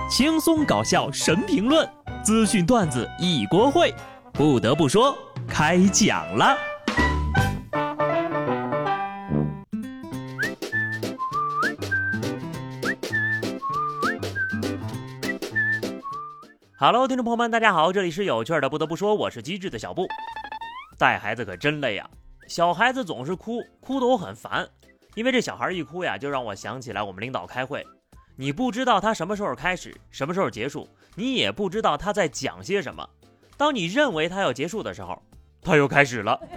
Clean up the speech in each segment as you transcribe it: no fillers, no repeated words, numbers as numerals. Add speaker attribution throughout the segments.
Speaker 1: 轻松搞笑神评论，资讯段子一锅烩。不得不说，开讲了。Hello， 听众朋友们，大家好，这里是有趣的。不得不说，我是机智的小布。带孩子可真累啊，小孩子总是哭得我很烦。因为这小孩一哭呀，就让我想起来我们领导开会，你不知道他什么时候开始，什么时候结束，你也不知道他在讲些什么。当你认为他要结束的时候，他又开始了。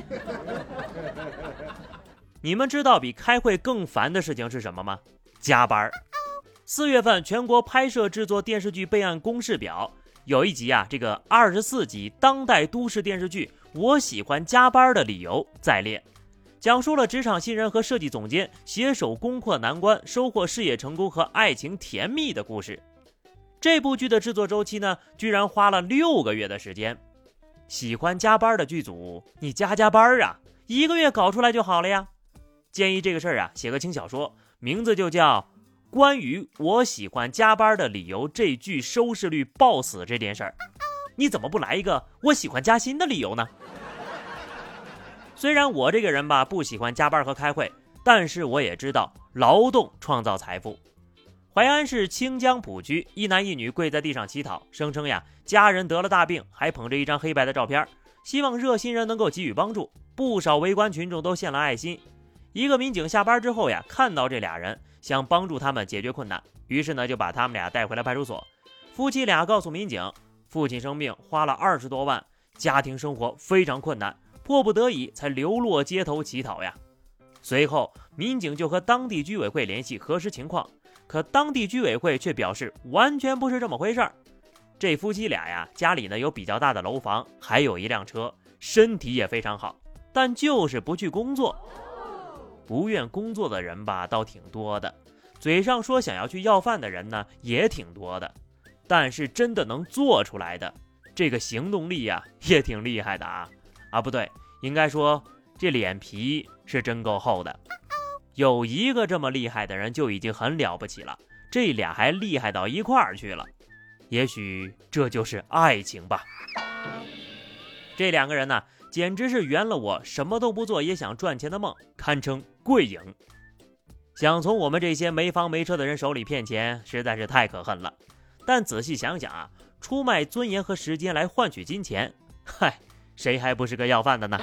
Speaker 1: 你们知道比开会更烦的事情是什么吗？加班。4月份全国拍摄制作电视剧备案公示表，有一集啊，这个24集当代都市电视剧《我喜欢加班的理由》在列。讲述了职场新人和设计总监携手攻克难关，收获事业成功和爱情甜蜜的故事。这部剧的制作周期呢，居然花了6个月的时间。喜欢加班的剧组，你加班啊，1个月搞出来就好了呀。建议这个事儿啊，写个轻小说，名字就叫《关于我喜欢加班的理由》，这剧收视率爆死这件事儿。你怎么不来一个我喜欢加薪的理由呢？虽然我这个人吧不喜欢加班和开会，但是我也知道劳动创造财富。淮安市清江浦区一男一女跪在地上乞讨，声称呀家人得了大病，还捧着一张黑白的照片，希望热心人能够给予帮助。不少围观群众都献了爱心。一个民警下班之后呀，看到这俩人，想帮助他们解决困难，于是呢就把他们俩带回了派出所。夫妻俩告诉民警，父亲生病花了20多万，家庭生活非常困难，迫不得已才流落街头乞讨呀。随后民警就和当地居委会联系核实情况，可当地居委会却表示完全不是这么回事儿。这夫妻俩呀，家里呢有比较大的楼房，还有一辆车，身体也非常好，但就是不去工作。不愿工作的人吧倒挺多的，嘴上说想要去要饭的人呢也挺多的，但是真的能做出来的，这个行动力呀也挺厉害的啊不对，应该说这脸皮是真够厚的。有一个这么厉害的人就已经很了不起了，这俩还厉害到一块儿去了，也许这就是爱情吧。这两个人呢，简直是圆了我什么都不做也想赚钱的梦，堪称贵影。想从我们这些没房没车的人手里骗钱，实在是太可恨了。但仔细想想啊，出卖尊严和时间来换取金钱，嗨，谁还不是个要饭的呢？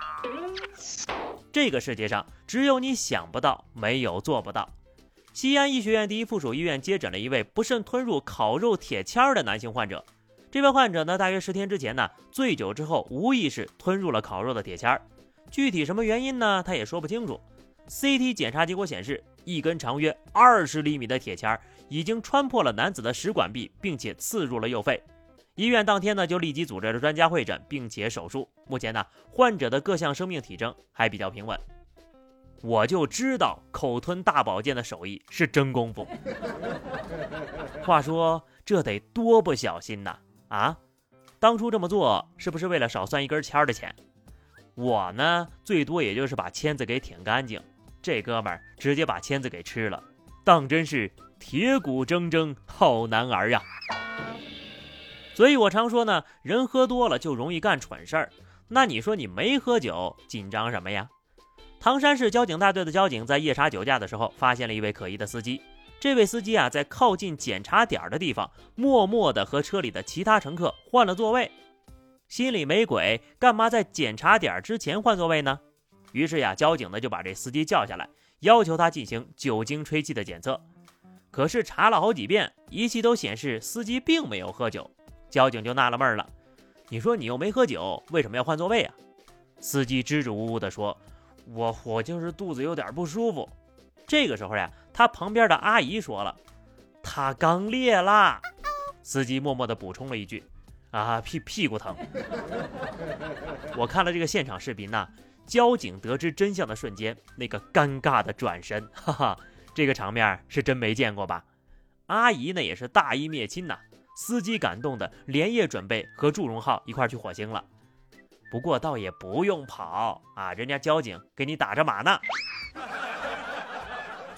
Speaker 1: 这个世界上只有你想不到，没有做不到。西安医学院第一附属医院接诊了一位不慎吞入烤肉铁签的男性患者。这位患者呢，大约10天之前呢，醉酒之后无意识吞入了烤肉的铁签，具体什么原因呢，他也说不清楚。CT 检查结果显示，一根长约20厘米的铁签已经穿破了男子的食管壁，并且刺入了右肺。医院当天呢就立即组织了专家会诊，并且手术。目前呢，患者的各项生命体征还比较平稳。我就知道口吞大宝剑的手艺是真功夫。话说这得多不小心呐！当初这么做是不是为了少算一根签的钱？我呢，最多也就是把签子给舔干净，这哥们儿直接把签子给吃了，当真是铁骨铮铮好男儿呀！所以我常说呢，人喝多了就容易干蠢事儿。那你说你没喝酒，紧张什么呀？唐山市交警大队的交警在夜查酒驾的时候，发现了一位可疑的司机。这位司机啊，在靠近检查点的地方，默默地和车里的其他乘客换了座位。心里没鬼，干嘛在检查点之前换座位呢？于是呀，交警呢就把这司机叫下来，要求他进行酒精吹气的检测。可是查了好几遍，仪器都显示司机并没有喝酒。交警就纳了闷了，你说你又没喝酒，为什么要换座位啊？司机支支吾吾地说，我就是肚子有点不舒服。这个时候呀，他旁边的阿姨说了，他刚裂啦。司机默默地补充了一句，屁股疼。我看了这个现场视频交警得知真相的瞬间，那个尴尬的转身，这个场面是真没见过吧？阿姨呢也是大义灭亲司机感动的连夜准备和祝融浩一块去火星了。不过倒也不用跑人家交警给你打着码呢。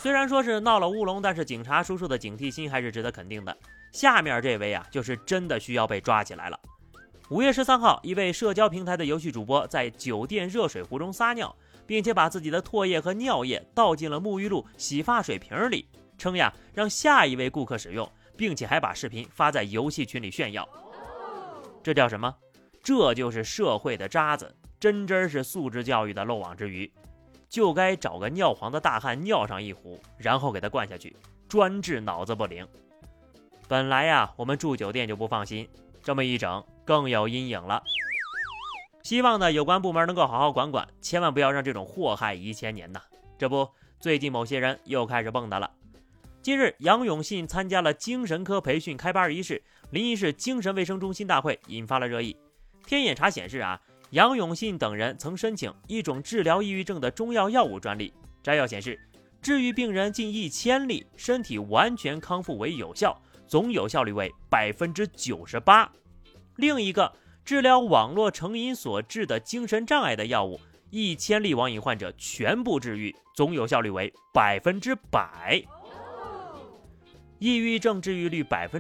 Speaker 1: 虽然说是闹了乌龙，但是警察叔叔的警惕心还是值得肯定的。下面这位啊，就是真的需要被抓起来了。5月13号，一位社交平台的游戏主播在酒店热水壶中撒尿，并且把自己的唾液和尿液倒进了沐浴露、洗发水瓶里，称呀让下一位顾客使用，并且还把视频发在游戏群里炫耀。这叫什么？这就是社会的渣子，真是素质教育的漏网之鱼。就该找个尿黄的大汉尿上一壶，然后给他灌下去，专治脑子不灵。本来呀，我们住酒店就不放心，这么一整更有阴影了。希望呢有关部门能够好好管管，千万不要让这种祸害遗千年呐。这不，最近某些人又开始蹦跶了。近日，杨永信参加了精神科培训开班仪式，临沂市精神卫生中心大会引发了热议。天眼查显示啊，杨永信等人曾申请一种治疗抑郁症的中药药物专利，摘要显示，治愈病人近1000例，身体完全康复为有效，总有效率为98%。另一个治疗网络成瘾所致的精神障碍的药物，1000例网瘾患者全部治愈，总有效率为100%。抑郁症治愈率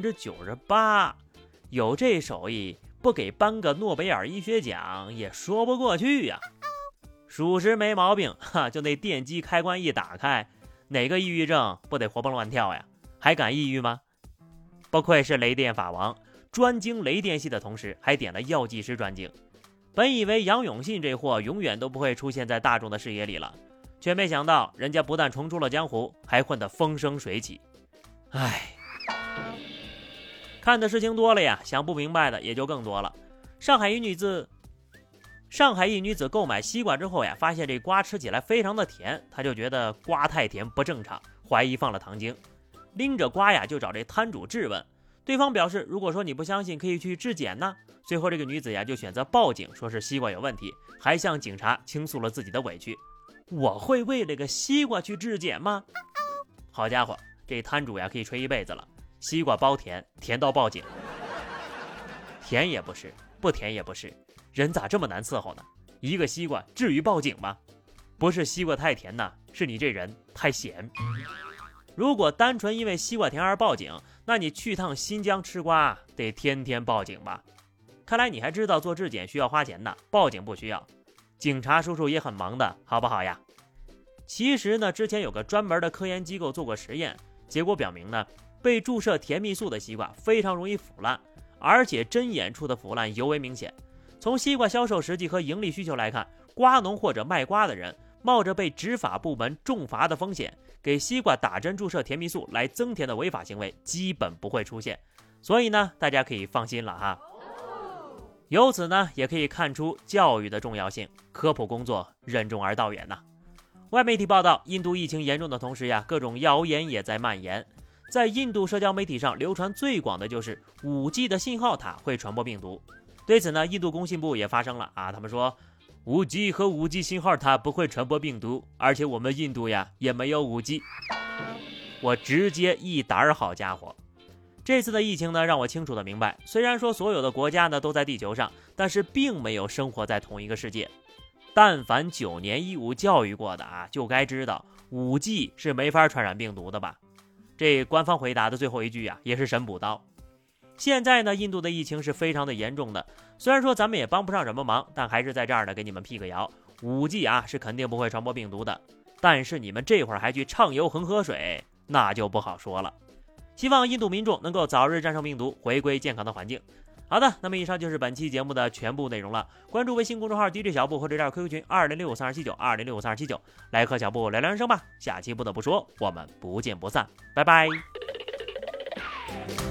Speaker 1: 98%，有这手艺不给颁个诺贝尔医学奖也说不过去呀。属实没毛病哈，就那电机开关一打开，哪个抑郁症不得活蹦乱跳呀？还敢抑郁吗？不愧是雷电法王，专精雷电系的同时还点了药剂师专精。本以为杨永信这货永远都不会出现在大众的视野里了，却没想到人家不但重出了江湖，还混得风生水起。唉，看的事情多了呀，想不明白的也就更多了。上海一女子购买西瓜之后呀，发现这瓜吃起来非常的甜，她就觉得瓜太甜不正常，怀疑放了糖精，拎着瓜呀就找这摊主质问。对方表示，如果说你不相信，可以去质检呢。最后这个女子呀就选择报警，说是西瓜有问题，还向警察倾诉了自己的委屈。我会为了个西瓜去质检吗？好家伙，这摊主呀可以吹一辈子了，西瓜包甜，甜到报警。甜也不是，不甜也不是，人咋这么难伺候呢？一个西瓜至于报警吗？不是西瓜太甜呐，是你这人太咸。如果单纯因为西瓜甜而报警，那你去趟新疆吃瓜得天天报警吧？看来你还知道做质检需要花钱呢，报警不需要。警察叔叔也很忙的，好不好呀？其实呢，之前有个专门的科研机构做过实验，结果表明呢，被注射甜蜜素的西瓜非常容易腐烂，而且针眼处的腐烂尤为明显。从西瓜销售实际和盈利需求来看，瓜农或者卖瓜的人冒着被执法部门重罚的风险，给西瓜打针注射甜蜜素来增甜的违法行为基本不会出现。所以呢，大家可以放心了哈。由此呢，也可以看出教育的重要性，科普工作任重而道远呐。外媒体报道，印度疫情严重的同时呀，各种谣言也在蔓延。在印度社交媒体上流传最广的就是 5G 的信号塔会传播病毒。对此呢，印度工信部也发声了啊，他们说 5G 和 5G 信号塔不会传播病毒，而且我们印度呀也没有 5G。 我直接一打儿，好家伙。这次的疫情呢，让我清楚的明白，虽然说所有的国家呢都在地球上，但是并没有生活在同一个世界。但凡9年义务教育过的啊，就该知道 5G 是没法传染病毒的吧。这官方回答的最后一句啊，也是神补刀。现在呢，印度的疫情是非常的严重的，虽然说咱们也帮不上什么忙，但还是在这儿呢给你们辟个谣， 5G 啊是肯定不会传播病毒的。但是你们这会儿还去畅游恒河水，那就不好说了。希望印度民众能够早日战胜病毒，回归健康的环境。好的，那么以上就是本期节目的全部内容了。关注微信公众号 DJ 小布或者加入 QQ 群20653279 20653279，来和小布聊聊人生吧。下期不得不说，我们不见不散，拜拜。